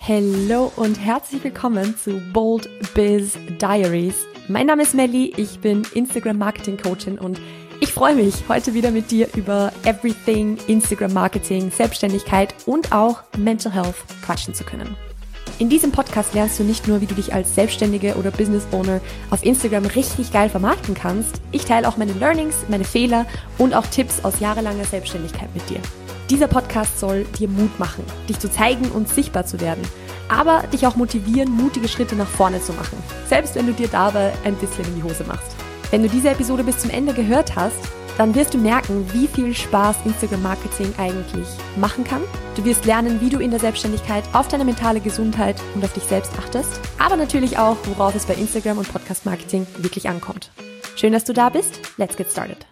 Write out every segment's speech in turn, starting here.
Hallo und herzlich willkommen zu Bold Biz Diaries. Mein Name ist Melli, ich bin Instagram Marketing Coachin und ich freue mich, heute wieder mit dir über Everything Instagram Marketing, Selbstständigkeit und auch Mental Health quatschen zu können. In diesem Podcast lernst du nicht nur, wie du dich als Selbstständige oder Business Owner auf Instagram richtig geil vermarkten kannst. Ich teile auch meine Learnings, meine Fehler und auch Tipps aus jahrelanger Selbstständigkeit mit dir. Dieser Podcast soll dir Mut machen, dich zu zeigen und sichtbar zu werden, aber dich auch motivieren, mutige Schritte nach vorne zu machen, selbst wenn du dir dabei ein bisschen in die Hose machst. Wenn du diese Episode bis zum Ende gehört hast, dann wirst du merken, wie viel Spaß Instagram-Marketing eigentlich machen kann. Du wirst lernen, wie du in der Selbstständigkeit auf deine mentale Gesundheit und auf dich selbst achtest, aber natürlich auch, worauf es bei Instagram und Podcast-Marketing wirklich ankommt. Schön, dass du da bist. Let's get started.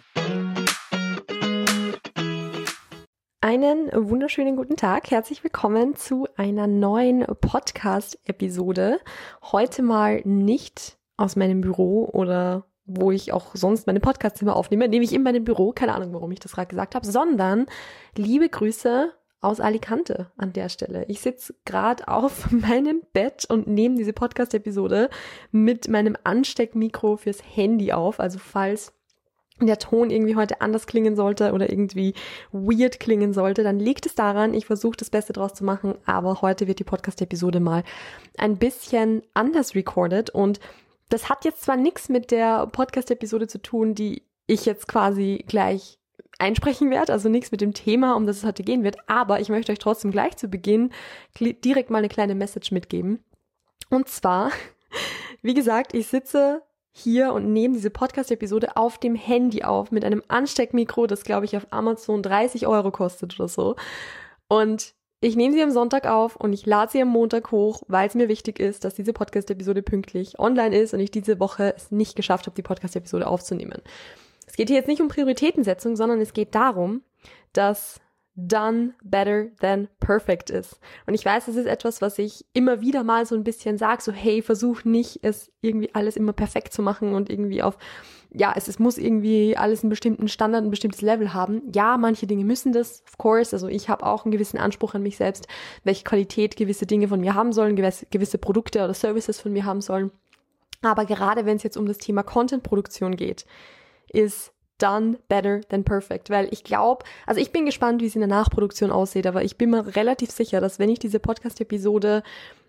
Einen wunderschönen guten Tag. Herzlich willkommen zu einer neuen Podcast-Episode. Heute mal nicht aus meinem Büro oder wo ich auch sonst meine Podcasts immer aufnehme, nehme ich in meinem Büro, keine Ahnung, warum ich das gerade gesagt habe, sondern liebe Grüße aus Alicante an der Stelle. Ich sitze gerade auf meinem Bett und nehme diese Podcast-Episode mit meinem Ansteckmikro fürs Handy auf, also falls der Ton irgendwie heute anders klingen sollte oder irgendwie weird klingen sollte, dann liegt es daran, ich versuche das Beste draus zu machen, aber heute wird die Podcast-Episode mal ein bisschen anders recorded und das hat jetzt zwar nichts mit der Podcast-Episode zu tun, die ich jetzt quasi gleich einsprechen werde, also nichts mit dem Thema, um das es heute gehen wird, aber ich möchte euch trotzdem gleich zu Beginn direkt mal eine kleine Message mitgeben. Und zwar, wie gesagt, ich sitze hier und nehme diese Podcast-Episode auf dem Handy auf mit einem Ansteckmikro, das glaube ich auf Amazon 30 € kostet oder so. Und ich nehme sie am Sonntag auf und ich lade sie am Montag hoch, weil es mir wichtig ist, dass diese Podcast-Episode pünktlich online ist und ich diese Woche es nicht geschafft habe, die Podcast-Episode aufzunehmen. Es geht hier jetzt nicht um Prioritätensetzung, sondern es geht darum, dass done better than perfect ist. Und ich weiß, das ist etwas, was ich immer wieder mal so ein bisschen sage, so hey, versuch nicht, es irgendwie alles immer perfekt zu machen und irgendwie auf, ja, es muss irgendwie alles einen bestimmten Standard, ein bestimmtes Level haben. Ja, manche Dinge müssen das, of course, also ich habe auch einen gewissen Anspruch an mich selbst, welche Qualität gewisse Dinge von mir haben sollen, gewisse Produkte oder Services von mir haben sollen. Aber gerade wenn es jetzt um das Thema Content-Produktion geht, ist done better than perfect, weil ich glaube, also ich bin gespannt, wie es in der Nachproduktion aussieht, aber ich bin mir relativ sicher, dass wenn ich diese Podcast-Episode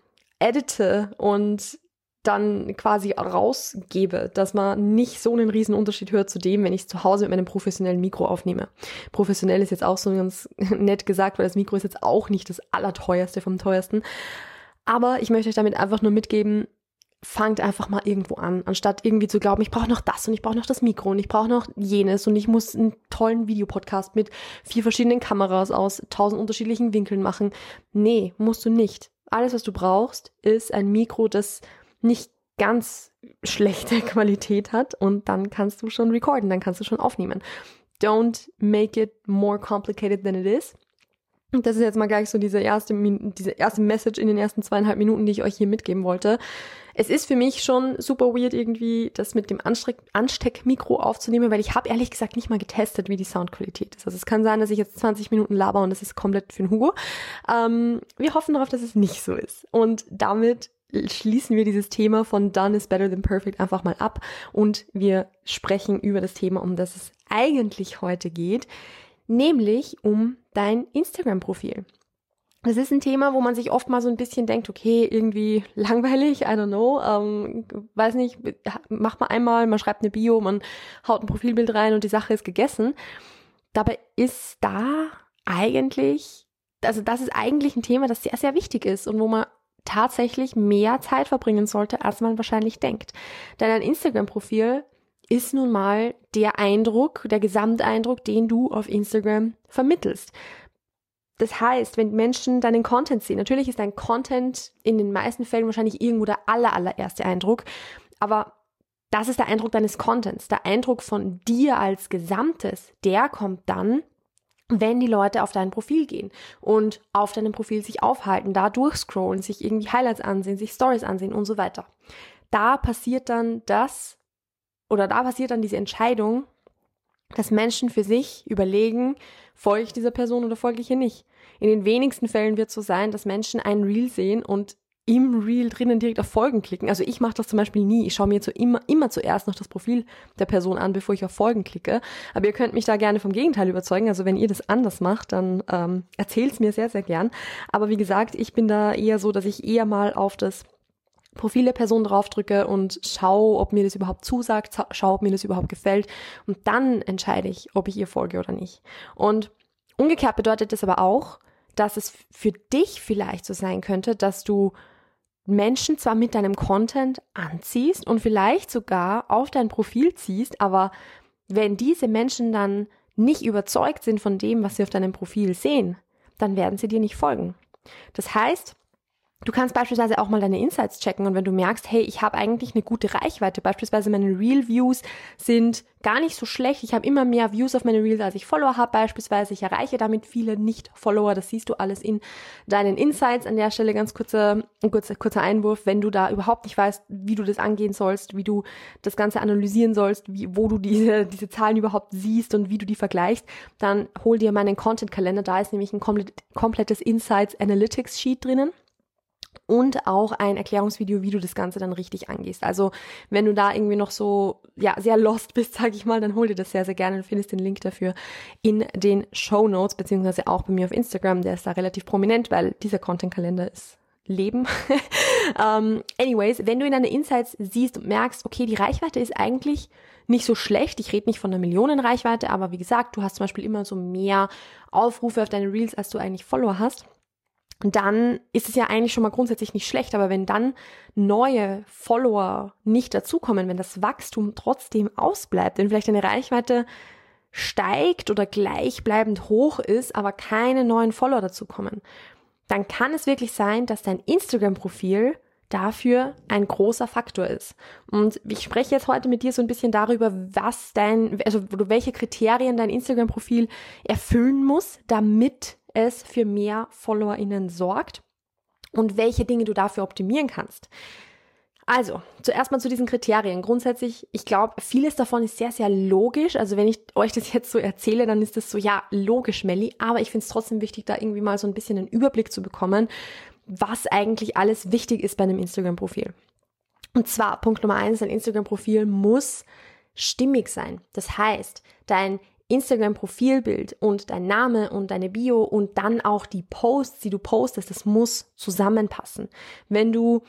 edite und dann quasi rausgebe, dass man nicht so einen riesen Unterschied hört zu dem, wenn ich es zu Hause mit meinem professionellen Mikro aufnehme. Professionell ist jetzt auch so ganz nett gesagt, weil das Mikro ist jetzt auch nicht das allerteuerste vom teuersten, aber ich möchte euch damit einfach nur mitgeben, fangt einfach mal irgendwo an, anstatt irgendwie zu glauben, ich brauche noch das und ich brauche noch das Mikro und ich brauche noch jenes und ich muss einen tollen Videopodcast mit 4 verschiedenen Kameras aus 1000 unterschiedlichen Winkeln machen. Nee, musst du nicht. Alles, was du brauchst, ist ein Mikro, das nicht ganz schlechte Qualität hat und dann kannst du schon recorden, dann kannst du schon aufnehmen. Don't make it more complicated than it is. Und das ist jetzt mal gleich so diese erste Message in den ersten 2,5 Minuten, die ich euch hier mitgeben wollte. Es ist für mich schon super weird irgendwie, das mit dem Ansteckmikro aufzunehmen, weil ich habe ehrlich gesagt nicht mal getestet, wie die Soundqualität ist. Also es kann sein, dass ich jetzt 20 Minuten laber und das ist komplett für den Hugo. Wir hoffen darauf, dass es nicht so ist. Und damit schließen wir dieses Thema von Done is better than perfect einfach mal ab und wir sprechen über das Thema, um das es eigentlich heute geht, nämlich um dein Instagram-Profil. Das ist ein Thema, wo man sich oft mal so ein bisschen denkt, okay, irgendwie langweilig, I don't know, weiß nicht, macht man einmal, man schreibt eine Bio, man haut ein Profilbild rein und die Sache ist gegessen. Dabei ist da eigentlich, also das ist eigentlich ein Thema, das sehr, sehr wichtig ist und wo man tatsächlich mehr Zeit verbringen sollte, als man wahrscheinlich denkt. Denn ein Instagram-Profil ist nun mal der Eindruck, der Gesamteindruck, den du auf Instagram vermittelst. Das heißt, wenn Menschen deinen Content sehen, natürlich ist dein Content in den meisten Fällen wahrscheinlich irgendwo der allererste Eindruck, aber das ist der Eindruck deines Contents. Der Eindruck von dir als Gesamtes, der kommt dann, wenn die Leute auf dein Profil gehen und auf deinem Profil sich aufhalten, da durchscrollen, sich irgendwie Highlights ansehen, sich Stories ansehen und so weiter. Da passiert dann diese Entscheidung, dass Menschen für sich überlegen, folge ich dieser Person oder folge ich ihr nicht? in den wenigsten Fällen wird es so sein, dass Menschen ein Reel sehen und im Reel drinnen direkt auf Folgen klicken. Also ich mache das zum Beispiel nie. Ich schaue mir immer zuerst noch das Profil der Person an, bevor ich auf Folgen klicke. Aber ihr könnt mich da gerne vom Gegenteil überzeugen. Also wenn ihr das anders macht, dann erzählt es mir sehr, sehr gern. Aber wie gesagt, ich bin da eher so, dass ich eher mal auf das Profil der Person draufdrücke und schaue, ob mir das überhaupt zusagt, schaue, ob mir das überhaupt gefällt. Und dann entscheide ich, ob ich ihr folge oder nicht. Und umgekehrt bedeutet das aber auch, dass es für dich vielleicht so sein könnte, dass du Menschen zwar mit deinem Content anziehst und vielleicht sogar auf dein Profil ziehst, aber wenn diese Menschen dann nicht überzeugt sind von dem, was sie auf deinem Profil sehen, dann werden sie dir nicht folgen. Das heißt, du kannst beispielsweise auch mal deine Insights checken und wenn du merkst, hey, ich habe eigentlich eine gute Reichweite, beispielsweise meine Reel-Views sind gar nicht so schlecht, ich habe immer mehr Views auf meine Reels, als ich Follower habe beispielsweise, ich erreiche damit viele Nicht-Follower, das siehst du alles in deinen Insights. An der Stelle ganz kurzer Einwurf, wenn du da überhaupt nicht weißt, wie du das angehen sollst, wie du das Ganze analysieren sollst, wo du diese Zahlen überhaupt siehst und wie du die vergleichst, dann hol dir meinen Content-Kalender, da ist nämlich ein komplettes Insights-Analytics-Sheet drinnen. Und auch ein Erklärungsvideo, wie du das Ganze dann richtig angehst. Also wenn du da irgendwie noch so sehr lost bist, sag ich mal, dann hol dir das sehr, sehr gerne. Du findest den Link dafür in den Shownotes, beziehungsweise auch bei mir auf Instagram. Der ist da relativ prominent, weil dieser Content-Kalender ist Leben. Anyways, wenn du in deine Insights siehst und merkst, okay, die Reichweite ist eigentlich nicht so schlecht. Ich rede nicht von einer Millionenreichweite, aber wie gesagt, du hast zum Beispiel immer so mehr Aufrufe auf deine Reels, als du eigentlich Follower hast. Und dann ist es ja eigentlich schon mal grundsätzlich nicht schlecht, aber wenn dann neue Follower nicht dazukommen, wenn das Wachstum trotzdem ausbleibt, wenn vielleicht deine Reichweite steigt oder gleichbleibend hoch ist, aber keine neuen Follower dazukommen, dann kann es wirklich sein, dass dein Instagram-Profil dafür ein großer Faktor ist. Und ich spreche jetzt heute mit dir so ein bisschen darüber, welche Kriterien dein Instagram-Profil erfüllen muss, damit es für mehr FollowerInnen sorgt und welche Dinge du dafür optimieren kannst. Also, zuerst mal zu diesen Kriterien. Grundsätzlich, ich glaube, vieles davon ist sehr, sehr logisch. Also wenn ich euch das jetzt so erzähle, dann ist das so, ja, logisch, Melli. Aber ich finde es trotzdem wichtig, da irgendwie mal so ein bisschen einen Überblick zu bekommen, was eigentlich alles wichtig ist bei einem Instagram-Profil. Und zwar, Punkt Nummer 1, dein Instagram-Profil muss stimmig sein. Das heißt, dein Instagram-Profilbild und dein Name und deine Bio und dann auch die Posts, die du postest, das muss zusammenpassen. Wenn du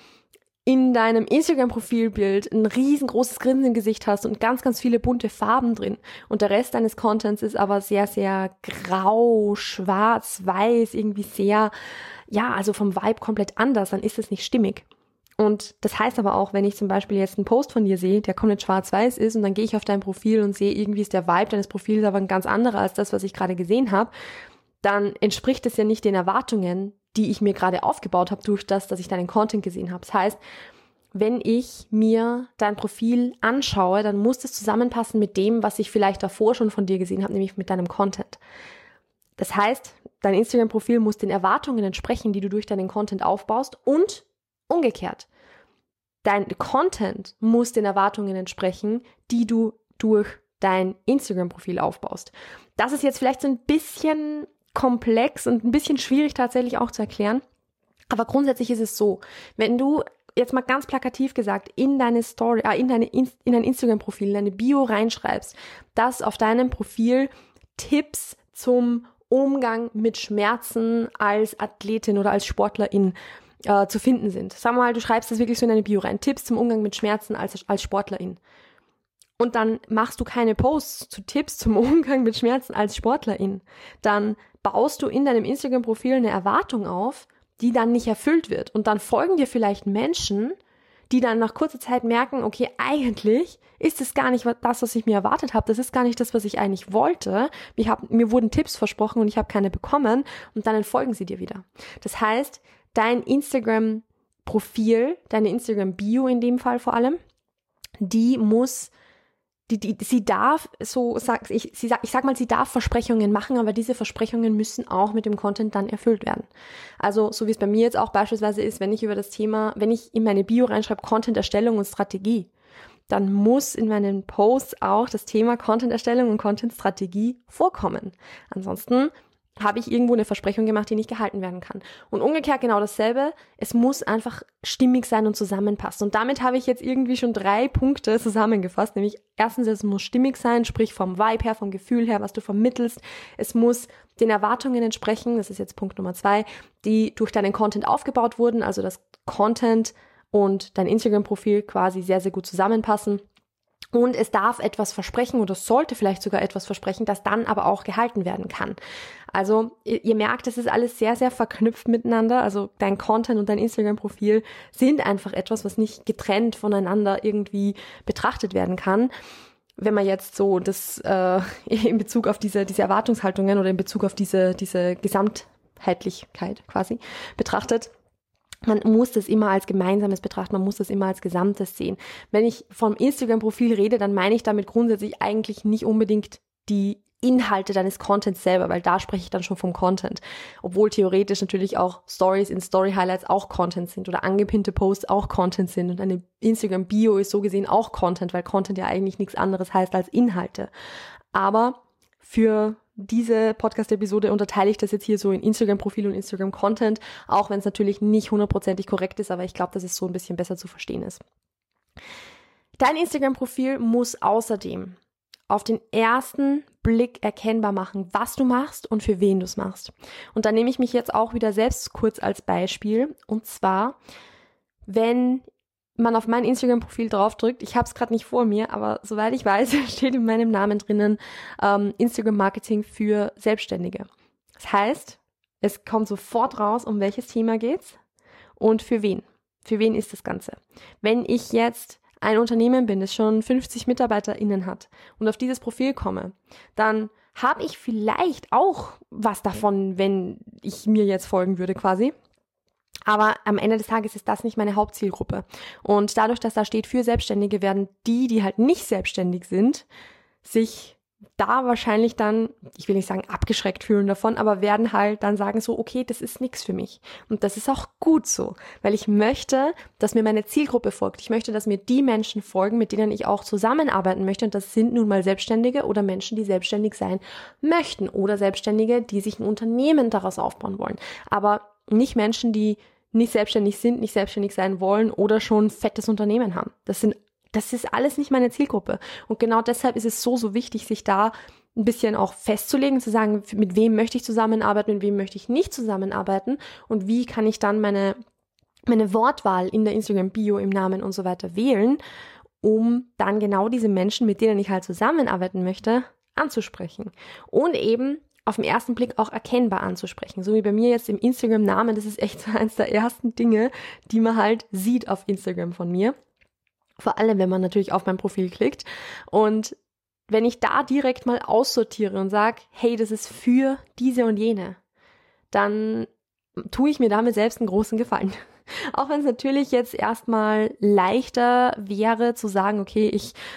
in deinem Instagram-Profilbild ein riesengroßes Grinsen im Gesicht hast und ganz, ganz viele bunte Farben drin und der Rest deines Contents ist aber sehr, sehr grau, schwarz, weiß, irgendwie sehr, also vom Vibe komplett anders, dann ist es nicht stimmig. Und das heißt aber auch, wenn ich zum Beispiel jetzt einen Post von dir sehe, der komplett schwarz-weiß ist und dann gehe ich auf dein Profil und sehe, irgendwie ist der Vibe deines Profils aber ein ganz anderer als das, was ich gerade gesehen habe, dann entspricht es ja nicht den Erwartungen, die ich mir gerade aufgebaut habe durch das, dass ich deinen Content gesehen habe. Das heißt, wenn ich mir dein Profil anschaue, dann muss das zusammenpassen mit dem, was ich vielleicht davor schon von dir gesehen habe, nämlich mit deinem Content. Das heißt, dein Instagram-Profil muss den Erwartungen entsprechen, die du durch deinen Content aufbaust und umgekehrt. Dein Content muss den Erwartungen entsprechen, die du durch dein Instagram-Profil aufbaust. Das ist jetzt vielleicht so ein bisschen komplex und ein bisschen schwierig tatsächlich auch zu erklären. Aber grundsätzlich ist es so, wenn du jetzt mal ganz plakativ gesagt in deine Story, in dein Instagram-Profil, in deine Bio reinschreibst, dass auf deinem Profil Tipps zum Umgang mit Schmerzen als Athletin oder als Sportlerin zu finden sind. Sag mal, du schreibst das wirklich so in deine Bio rein. Tipps zum Umgang mit Schmerzen als Sportlerin. Und dann machst du keine Posts zu Tipps zum Umgang mit Schmerzen als Sportlerin. Dann baust du in deinem Instagram-Profil eine Erwartung auf, die dann nicht erfüllt wird. Und dann folgen dir vielleicht Menschen, die dann nach kurzer Zeit merken, okay, eigentlich ist es gar nicht das, was ich mir erwartet habe. Das ist gar nicht das, was ich eigentlich wollte. Mir wurden Tipps versprochen und ich habe keine bekommen. Und dann entfolgen sie dir wieder. Das heißt, dein Instagram-Profil, deine Instagram-Bio in dem Fall vor allem, sie darf Versprechungen machen, aber diese Versprechungen müssen auch mit dem Content dann erfüllt werden. Also, so wie es bei mir jetzt auch beispielsweise ist, wenn ich in meine Bio reinschreibe Content-Erstellung und Strategie, dann muss in meinen Posts auch das Thema Content-Erstellung und Content-Strategie vorkommen. Ansonsten habe ich irgendwo eine Versprechung gemacht, die nicht gehalten werden kann. Und umgekehrt genau dasselbe. Es muss einfach stimmig sein und zusammenpassen. Und damit habe ich jetzt irgendwie schon 3 Punkte zusammengefasst. Nämlich erstens, es muss stimmig sein, sprich vom Vibe her, vom Gefühl her, was du vermittelst. Es muss den Erwartungen entsprechen, das ist jetzt Punkt Nummer 2, die durch deinen Content aufgebaut wurden. Also dass Content und dein Instagram-Profil quasi sehr, sehr gut zusammenpassen. Und es darf etwas versprechen oder sollte vielleicht sogar etwas versprechen, das dann aber auch gehalten werden kann. Also ihr merkt, es ist alles sehr, sehr verknüpft miteinander. Also dein Content und dein Instagram-Profil sind einfach etwas, was nicht getrennt voneinander irgendwie betrachtet werden kann. Wenn man jetzt so das in Bezug auf diese Erwartungshaltungen oder in Bezug auf diese Gesamtheitlichkeit quasi betrachtet, man muss das immer als Gemeinsames betrachten, man muss das immer als Gesamtes sehen. Wenn ich vom Instagram-Profil rede, dann meine ich damit grundsätzlich eigentlich nicht unbedingt die Inhalte deines Contents selber, weil da spreche ich dann schon vom Content. Obwohl theoretisch natürlich auch Stories in Story-Highlights auch Content sind oder angepinnte Posts auch Content sind und eine Instagram-Bio ist so gesehen auch Content, weil Content ja eigentlich nichts anderes heißt als Inhalte. Aber für diese Podcast-Episode unterteile ich das jetzt hier so in Instagram-Profil und Instagram-Content, auch wenn es natürlich nicht 100% korrekt ist, aber ich glaube, dass es so ein bisschen besser zu verstehen ist. Dein Instagram-Profil muss außerdem auf den ersten Blick erkennbar machen, was du machst und für wen du es machst. Und da nehme ich mich jetzt auch wieder selbst kurz als Beispiel. Und zwar, wenn man auf mein Instagram-Profil draufdrückt, ich habe es gerade nicht vor mir, aber soweit ich weiß, steht in meinem Namen drinnen Instagram-Marketing für Selbstständige. Das heißt, es kommt sofort raus, um welches Thema geht's und für wen. Für wen ist das Ganze? Wenn ich jetzt ein Unternehmen bin, das schon 50 MitarbeiterInnen hat und auf dieses Profil komme, dann habe ich vielleicht auch was davon, wenn ich mir jetzt folgen würde quasi. Aber am Ende des Tages ist das nicht meine Hauptzielgruppe. Und dadurch, dass da steht für Selbstständige, werden die halt nicht selbstständig sind, sich da wahrscheinlich dann, ich will nicht sagen abgeschreckt fühlen davon, aber werden halt dann sagen so, okay, das ist nichts für mich. Und das ist auch gut so, weil ich möchte, dass mir meine Zielgruppe folgt. Ich möchte, dass mir die Menschen folgen, mit denen ich auch zusammenarbeiten möchte. Und das sind nun mal Selbstständige oder Menschen, die selbstständig sein möchten oder Selbstständige, die sich ein Unternehmen daraus aufbauen wollen. Aber nicht Menschen, die nicht selbstständig sind, nicht selbstständig sein wollen oder schon ein fettes Unternehmen haben. Das ist alles nicht meine Zielgruppe. Und genau deshalb ist es so wichtig, sich da ein bisschen auch festzulegen, zu sagen, mit wem möchte ich zusammenarbeiten, mit wem möchte ich nicht zusammenarbeiten und wie kann ich dann meine Wortwahl in der Instagram-Bio, im Namen und so weiter wählen, um dann genau diese Menschen, mit denen ich halt zusammenarbeiten möchte, anzusprechen. Und eben auf den ersten Blick auch erkennbar anzusprechen. So wie bei mir jetzt im Instagram-Namen, das ist echt so eins der ersten Dinge, die man halt sieht auf Instagram von mir. Vor allem, wenn man natürlich auf mein Profil klickt. Und wenn ich da direkt mal aussortiere und sage, hey, das ist für diese und jene, dann tue ich mir damit selbst einen großen Gefallen. Auch wenn es natürlich jetzt erstmal leichter wäre zu sagen, okay,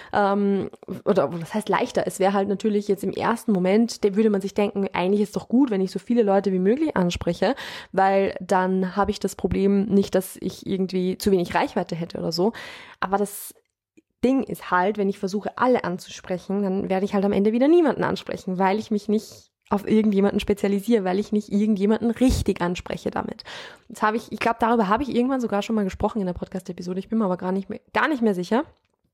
oder was heißt leichter? Es wäre halt natürlich jetzt im ersten Moment, da würde man sich denken, eigentlich ist es doch gut, wenn ich so viele Leute wie möglich anspreche, weil dann habe ich das Problem nicht, dass ich irgendwie zu wenig Reichweite hätte oder so. Aber das Ding ist halt, wenn ich versuche, alle anzusprechen, dann werde ich halt am Ende wieder niemanden ansprechen, weil ich mich nicht auf irgendjemanden spezialisiere, weil ich nicht irgendjemanden richtig anspreche damit. Ich glaube, darüber habe ich irgendwann sogar schon mal gesprochen in der Podcast-Episode. Ich bin mir aber gar nicht mehr sicher.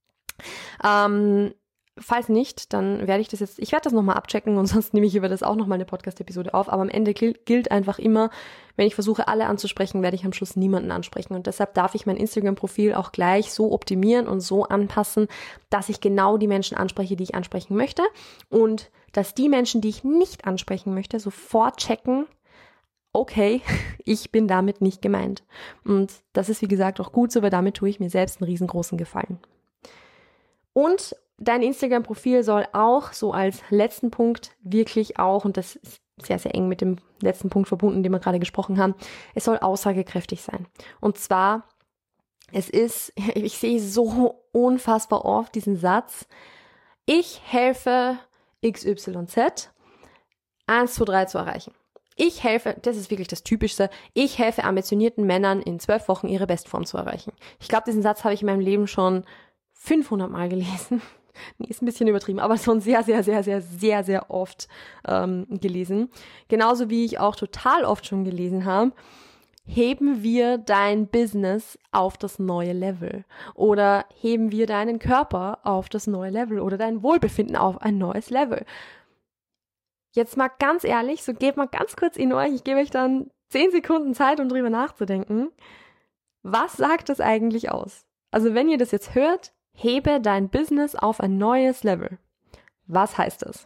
Falls nicht, dann werde ich werde das nochmal abchecken und sonst nehme ich über das auch nochmal eine Podcast-Episode auf. Aber am Ende gilt einfach immer, wenn ich versuche, alle anzusprechen, werde ich am Schluss niemanden ansprechen. Und deshalb darf ich mein Instagram-Profil auch gleich so optimieren und so anpassen, dass ich genau die Menschen anspreche, die ich ansprechen möchte. Und dass die Menschen, die ich nicht ansprechen möchte, sofort checken, okay, ich bin damit nicht gemeint. Und das ist, wie gesagt, auch gut so, weil damit tue ich mir selbst einen riesengroßen Gefallen. Und dein Instagram-Profil soll auch so als letzten Punkt wirklich auch, und das ist sehr, sehr eng mit dem letzten Punkt verbunden, den wir gerade gesprochen haben, es soll aussagekräftig sein. Und zwar, ich sehe so unfassbar oft diesen Satz, ich helfe XYZ 1, 2, 3 zu erreichen. Das ist wirklich das Typischste, ich helfe ambitionierten Männern in 12 Wochen ihre Bestform zu erreichen. Ich glaube, diesen Satz habe ich in meinem Leben schon 500 Mal gelesen. nee, ist ein bisschen übertrieben, aber schon sehr, sehr, sehr, sehr, sehr, sehr oft gelesen. Genauso wie ich auch total oft schon gelesen habe, heben wir dein Business auf das neue Level oder heben wir deinen Körper auf das neue Level oder dein Wohlbefinden auf ein neues Level. Jetzt mal ganz ehrlich, so gebt mal ganz kurz in euch, ich gebe euch dann 10 Sekunden Zeit, um drüber nachzudenken. Was sagt das eigentlich aus? Also wenn ihr das jetzt hört, hebe dein Business auf ein neues Level. Was heißt das?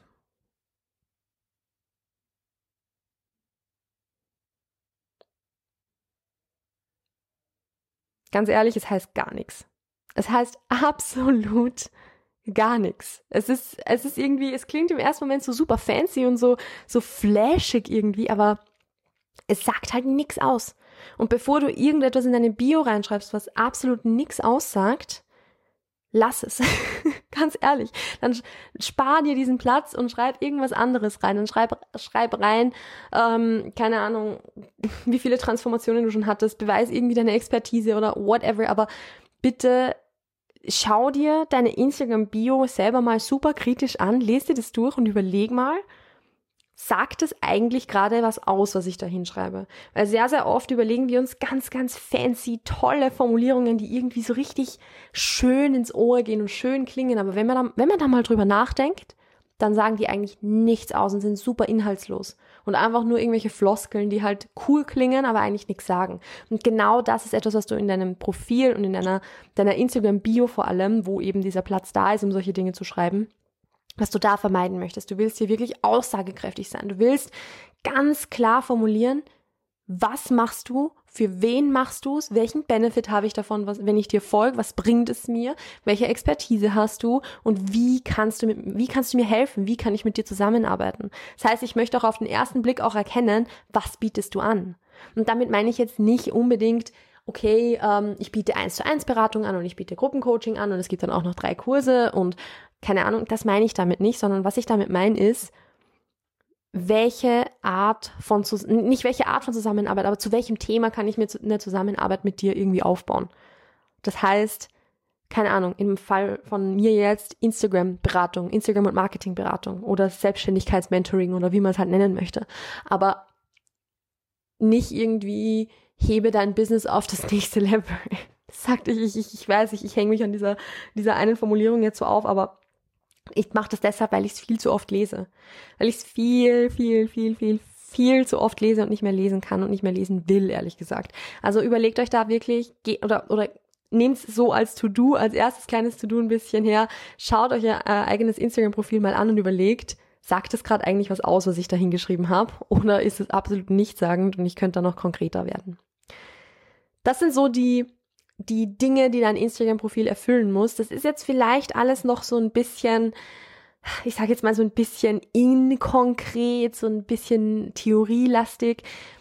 Ganz ehrlich, es heißt gar nichts. Es heißt absolut gar nichts. Es ist irgendwie, es klingt im ersten Moment so super fancy und so flashig irgendwie, aber es sagt halt nichts aus. Und bevor du irgendetwas in deine Bio reinschreibst, was absolut nichts aussagt, lass es. Ganz ehrlich. Dann spar dir diesen Platz und schreib irgendwas anderes rein. Dann schreib rein, keine Ahnung, wie viele Transformationen du schon hattest, beweis irgendwie deine Expertise oder whatever, aber bitte schau dir deine Instagram-Bio selber mal super kritisch an, lese dir das durch und überleg mal, sagt es eigentlich gerade was aus, was ich da hinschreibe? Weil sehr, sehr oft überlegen wir uns ganz, ganz fancy, tolle Formulierungen, die irgendwie so richtig schön ins Ohr gehen und schön klingen. Aber wenn man da mal drüber nachdenkt, dann sagen die eigentlich nichts aus und sind super inhaltslos. Und einfach nur irgendwelche Floskeln, die halt cool klingen, aber eigentlich nichts sagen. Und genau das ist etwas, was du in deinem Profil und in deiner Instagram-Bio vor allem, wo eben dieser Platz da ist, um solche Dinge zu schreiben, was du da vermeiden möchtest. Du willst hier wirklich aussagekräftig sein. Du willst ganz klar formulieren, was machst du, für wen machst du es, welchen Benefit habe ich davon, wenn ich dir folge, was bringt es mir, welche Expertise hast du und wie kannst du mir helfen, wie kann ich mit dir zusammenarbeiten. Das heißt, ich möchte auch auf den ersten Blick auch erkennen, was bietest du an. Und damit meine ich jetzt nicht unbedingt, okay, ich biete 1:1 Beratung an und ich biete Gruppencoaching an und es gibt dann auch noch 3 Kurse und keine Ahnung, das meine ich damit nicht, sondern was ich damit meine ist, nicht welche Art von Zusammenarbeit, aber zu welchem Thema kann ich mir eine Zusammenarbeit mit dir irgendwie aufbauen. Das heißt, keine Ahnung, im Fall von mir jetzt Instagram-Beratung, Instagram- und Marketing-Beratung oder Selbstständigkeits-Mentoring oder wie man es halt nennen möchte. Aber nicht irgendwie hebe dein Business auf das nächste Level. Das sagte ich weiß, ich hänge mich an dieser einen Formulierung jetzt so auf, aber ich mache das deshalb, weil ich es viel zu oft lese. Weil ich es viel zu oft lese und nicht mehr lesen kann und nicht mehr lesen will, ehrlich gesagt. Also überlegt euch da wirklich, oder nehmt es so als To-Do, als erstes kleines To-Do ein bisschen her. Schaut euch euer eigenes Instagram-Profil mal an und überlegt, sagt es gerade eigentlich was aus, was ich da hingeschrieben habe? Oder ist es absolut nichtssagend und ich könnte da noch konkreter werden? Das sind so die Dinge, die dein Instagram-Profil erfüllen muss. Das ist jetzt vielleicht alles noch so ein bisschen, ich sage jetzt mal so ein bisschen inkonkret, so ein bisschen theorielastig.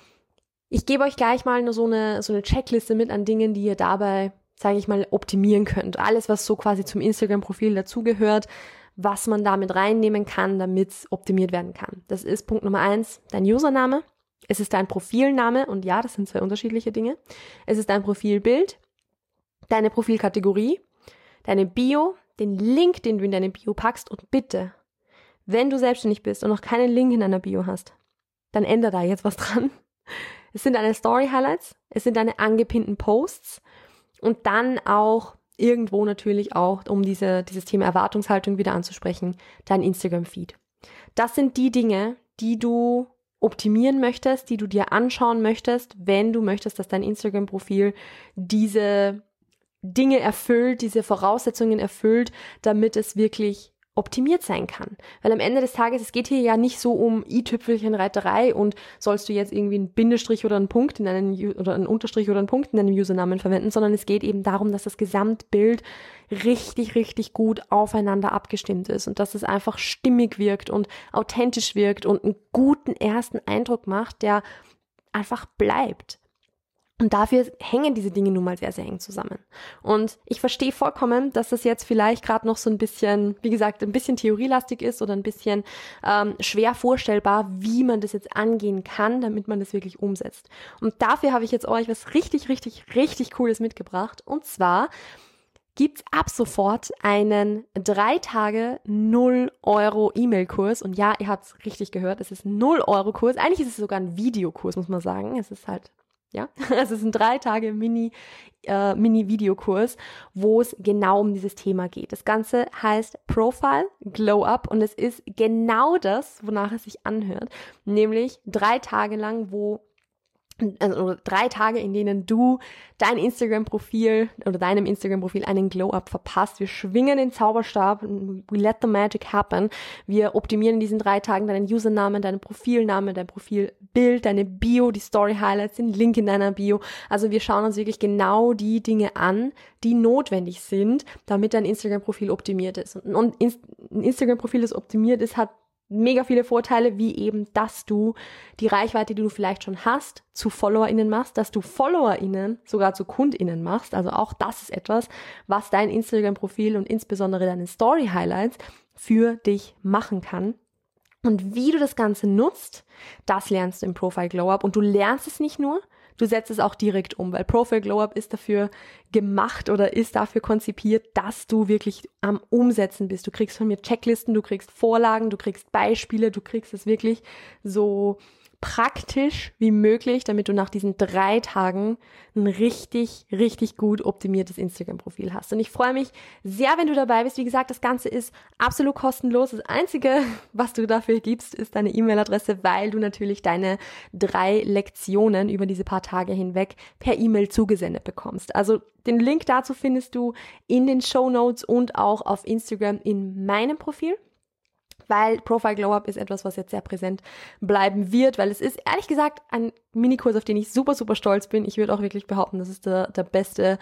Ich gebe euch gleich mal nur so eine Checkliste mit an Dingen, die ihr dabei, sage ich mal, optimieren könnt. Alles, was so quasi zum Instagram-Profil dazugehört, was man damit reinnehmen kann, damit es optimiert werden kann. Das ist Punkt Nummer 1, dein Username. Es ist dein Profilname und ja, das sind 2 unterschiedliche Dinge. Es ist dein Profilbild, deine Profilkategorie, deine Bio, den Link, den du in deine Bio packst und bitte, wenn du selbstständig bist und noch keinen Link in deiner Bio hast, dann ändere da jetzt was dran. Es sind deine Story-Highlights, es sind deine angepinnten Posts und dann auch irgendwo natürlich auch, um dieses Thema Erwartungshaltung wieder anzusprechen, dein Instagram-Feed. Das sind die Dinge, die du optimieren möchtest, die du dir anschauen möchtest, wenn du möchtest, dass dein Instagram-Profil diese Dinge erfüllt, diese Voraussetzungen erfüllt, damit es wirklich optimiert sein kann. Weil am Ende des Tages, es geht hier ja nicht so um i-Tüpfelchen-Reiterei und sollst du jetzt irgendwie einen Bindestrich oder einen Punkt oder einen Unterstrich oder einen Punkt in deinem Usernamen verwenden, sondern es geht eben darum, dass das Gesamtbild richtig, richtig gut aufeinander abgestimmt ist und dass es einfach stimmig wirkt und authentisch wirkt und einen guten ersten Eindruck macht, der einfach bleibt. Und dafür hängen diese Dinge nun mal sehr, sehr eng zusammen. Und ich verstehe vollkommen, dass das jetzt vielleicht gerade noch so ein bisschen, wie gesagt, ein bisschen theorielastig ist oder ein bisschen schwer vorstellbar, wie man das jetzt angehen kann, damit man das wirklich umsetzt. Und dafür habe ich jetzt euch was richtig, richtig, richtig Cooles mitgebracht. Und zwar gibt's ab sofort einen 3 Tage 0 Euro E-Mail-Kurs. Und ja, ihr habt's richtig gehört, es ist 0 Euro Kurs. Eigentlich ist es sogar ein Videokurs, muss man sagen. Es ist halt, ja, es ist ein 3 Tage Mini-Videokurs, wo es genau um dieses Thema geht. Das Ganze heißt Profile Glow Up und es ist genau das, wonach es sich anhört. Nämlich 3 Tage lang, oder 3 Tage, in denen du deinem Instagram-Profil einen Glow-Up verpasst. Wir schwingen den Zauberstab, we let the magic happen. Wir optimieren in diesen 3 Tagen deinen Usernamen, deinen Profilnamen, dein Profilbild, deine Bio, die Story-Highlights, den Link in deiner Bio. Also wir schauen uns wirklich genau die Dinge an, die notwendig sind, damit dein Instagram-Profil optimiert ist. Und ein Instagram-Profil, das optimiert ist, hat mega viele Vorteile, wie eben, dass du die Reichweite, die du vielleicht schon hast, zu FollowerInnen machst, dass du FollowerInnen sogar zu KundInnen machst. Also auch das ist etwas, was dein Instagram-Profil und insbesondere deine Story-Highlights für dich machen kann. Und wie du das Ganze nutzt, das lernst du im Profile Glow Up. Und du lernst es nicht nur, du setzt es auch direkt um, weil Profile Glow Up ist dafür gemacht oder ist dafür konzipiert, dass du wirklich am Umsetzen bist. Du kriegst von mir Checklisten, du kriegst Vorlagen, du kriegst Beispiele, du kriegst es wirklich so praktisch wie möglich, damit du nach diesen 3 Tagen ein richtig, richtig gut optimiertes Instagram-Profil hast. Und ich freue mich sehr, wenn du dabei bist. Wie gesagt, das Ganze ist absolut kostenlos. Das Einzige, was du dafür gibst, ist deine E-Mail-Adresse, weil du natürlich deine 3 Lektionen über diese paar Tage hinweg per E-Mail zugesendet bekommst. Also den Link dazu findest du in den Shownotes und auch auf Instagram in meinem Profil. Weil Profile Glow Up ist etwas, was jetzt sehr präsent bleiben wird, weil es ist ehrlich gesagt ein Minikurs, auf den ich super, super stolz bin. Ich würde auch wirklich behaupten, dass es das beste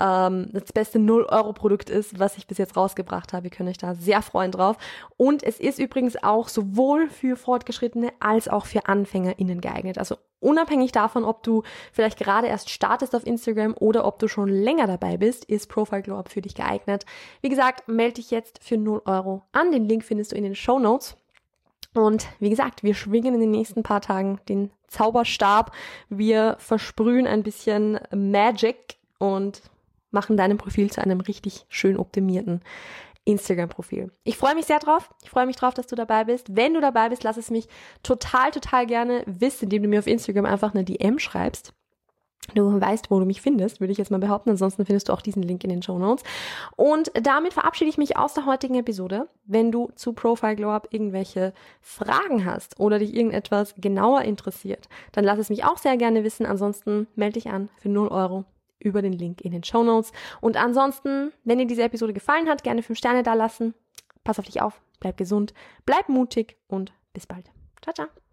0-Euro-Produkt ist, was ich bis jetzt rausgebracht habe. Ihr könnt euch da sehr freuen drauf. Und es ist übrigens auch sowohl für Fortgeschrittene als auch für AnfängerInnen geeignet. Also unabhängig davon, ob du vielleicht gerade erst startest auf Instagram oder ob du schon länger dabei bist, ist Profile Glow Up für dich geeignet. Wie gesagt, melde dich jetzt für 0 Euro an. Den Link findest du in den Shownotes. Und wie gesagt, wir schwingen in den nächsten paar Tagen den Zauberstab. Wir versprühen ein bisschen Magic und machen deinem Profil zu einem richtig schön optimierten Instagram-Profil. Ich freue mich sehr drauf. Ich freue mich drauf, dass du dabei bist. Wenn du dabei bist, lass es mich total, total gerne wissen, indem du mir auf Instagram einfach eine DM schreibst. Du weißt, wo du mich findest, würde ich jetzt mal behaupten. Ansonsten findest du auch diesen Link in den Shownotes. Und damit verabschiede ich mich aus der heutigen Episode. Wenn du zu Profile Glow Up irgendwelche Fragen hast oder dich irgendetwas genauer interessiert, dann lass es mich auch sehr gerne wissen. Ansonsten melde dich an für 0 Euro über den Link in den Shownotes. Und ansonsten, wenn dir diese Episode gefallen hat, gerne 5 Sterne da lassen. Pass auf dich auf, bleib gesund, bleib mutig und bis bald. Ciao, ciao.